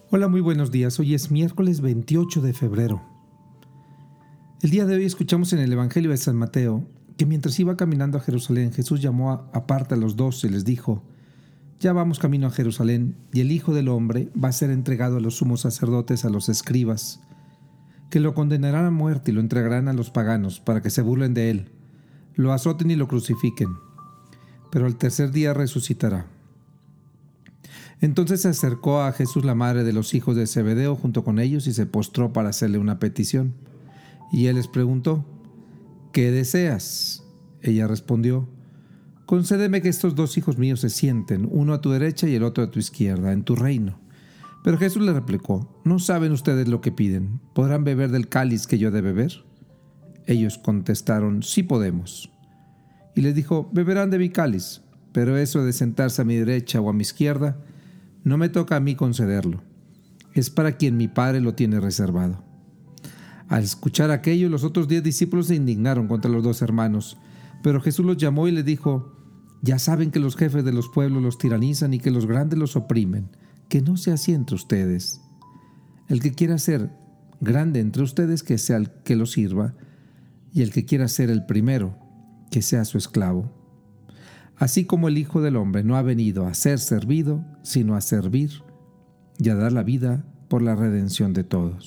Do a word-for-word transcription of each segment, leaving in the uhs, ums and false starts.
Hola, muy buenos días. Hoy es miércoles veintiocho de febrero. El día de hoy escuchamos en el Evangelio de San Mateo que mientras iba caminando a Jerusalén, Jesús llamó a, aparte a los doce y les dijo: Ya vamos camino a Jerusalén, y el Hijo del Hombre va a ser entregado a los sumos sacerdotes, a los escribas, que lo condenarán a muerte y lo entregarán a los paganos para que se burlen de él, lo azoten y lo crucifiquen, pero al tercer día resucitará. Entonces se acercó a Jesús la madre de los hijos de Zebedeo junto con ellos y se postró para hacerle una petición. Y él les preguntó: ¿Qué deseas? Ella respondió: Concédeme que estos dos hijos míos se sienten, uno a tu derecha y el otro a tu izquierda, en tu reino. Pero Jesús le replicó: ¿No saben ustedes lo que piden? ¿Podrán beber del cáliz que yo he de beber? Ellos contestaron: Sí podemos. Y les dijo: Beberán de mi cáliz, pero eso de sentarse a mi derecha o a mi izquierda no me toca a mí concederlo. Es para quien mi Padre lo tiene reservado. Al escuchar aquello, los otros diez discípulos se indignaron contra los dos hermanos. Pero Jesús los llamó y les dijo: Ya saben que los jefes de los pueblos los tiranizan y que los grandes los oprimen. Que no sea así entre ustedes. El que quiera ser grande entre ustedes, que sea el que lo sirva, y el que quiera ser el primero, que sea su esclavo. Así como el Hijo del Hombre no ha venido a ser servido, sino a servir y a dar la vida por la redención de todos.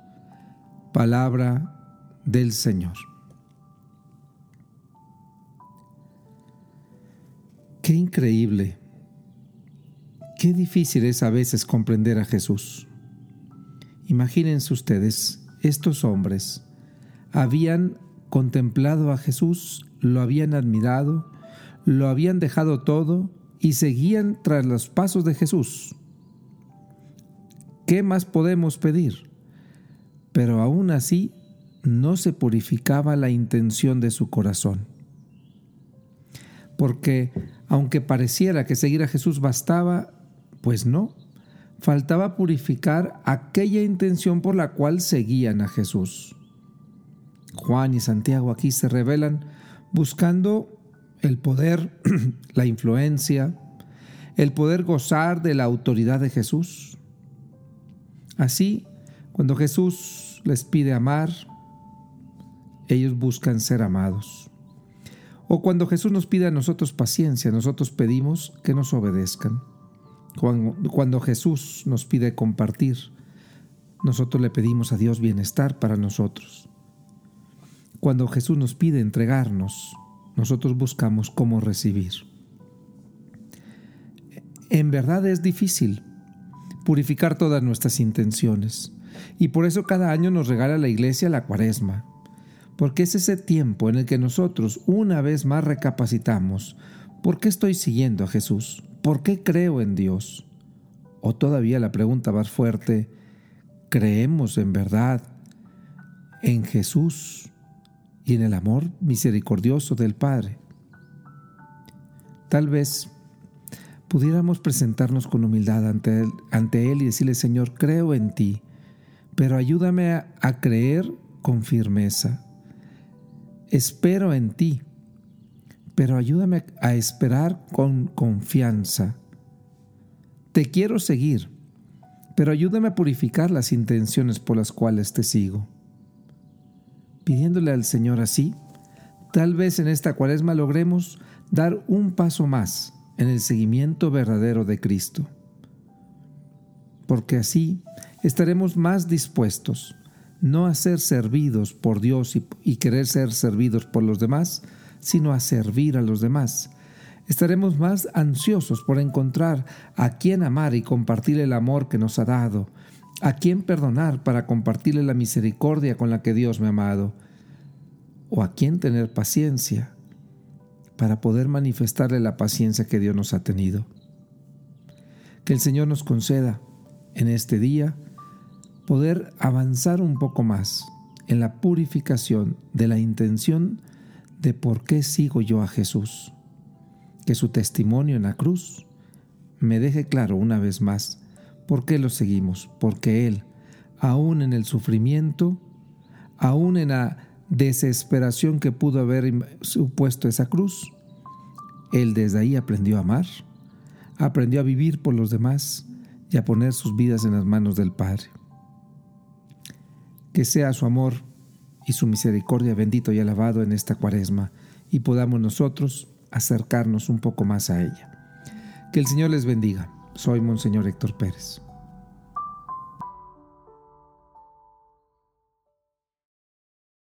Palabra del Señor. Qué increíble, qué difícil es a veces comprender a Jesús. Imagínense ustedes, estos hombres habían contemplado a Jesús, lo habían admirado, lo habían dejado todo y seguían tras los pasos de Jesús. ¿Qué más podemos pedir? Pero aún así no se purificaba la intención de su corazón. Porque aunque pareciera que seguir a Jesús bastaba, pues no, faltaba purificar aquella intención por la cual seguían a Jesús. Juan y Santiago aquí se revelan buscando el poder, la influencia, el poder gozar de la autoridad de Jesús. Así, cuando Jesús les pide amar, ellos buscan ser amados. O cuando Jesús nos pide a nosotros paciencia, nosotros pedimos que nos obedezcan. Cuando, cuando Jesús nos pide compartir, nosotros le pedimos a Dios bienestar para nosotros. Cuando Jesús nos pide entregarnos, nosotros buscamos cómo recibir. En verdad es difícil purificar todas nuestras intenciones, y por eso cada año nos regala la Iglesia la Cuaresma, porque es ese tiempo en el que nosotros una vez más recapacitamos: ¿por qué estoy siguiendo a Jesús? ¿Por qué creo en Dios? O todavía la pregunta más fuerte: ¿creemos en verdad en Jesús y en el amor misericordioso del Padre? Tal vez pudiéramos presentarnos con humildad ante Él, ante Él y decirle: Señor, creo en ti, pero ayúdame a, a creer con firmeza. Espero en ti, pero ayúdame a esperar con confianza. Te quiero seguir, pero ayúdame a purificar las intenciones por las cuales te sigo. Pidiéndole al Señor así, tal vez en esta Cuaresma logremos dar un paso más en el seguimiento verdadero de Cristo. Porque así estaremos más dispuestos no a ser servidos por Dios y, y querer ser servidos por los demás, sino a servir a los demás. Estaremos más ansiosos por encontrar a quien amar y compartir el amor que nos ha dado, a quien perdonar para compartirle la misericordia con la que Dios me ha amado, o a quien tener paciencia para poder manifestarle la paciencia que Dios nos ha tenido. Que el Señor nos conceda en este día poder avanzar un poco más en la purificación de la intención de por qué sigo yo a Jesús. Que su testimonio en la cruz me deje claro una vez más por qué lo seguimos. Porque Él, aún en el sufrimiento, aún en la desesperación que pudo haber supuesto esa cruz, Él desde ahí aprendió a amar, aprendió a vivir por los demás y a poner sus vidas en las manos del Padre. Que sea su amor y su misericordia bendito y alabado en esta Cuaresma, y podamos nosotros acercarnos un poco más a ella. Que el Señor les bendiga. Soy Monseñor Héctor Pérez.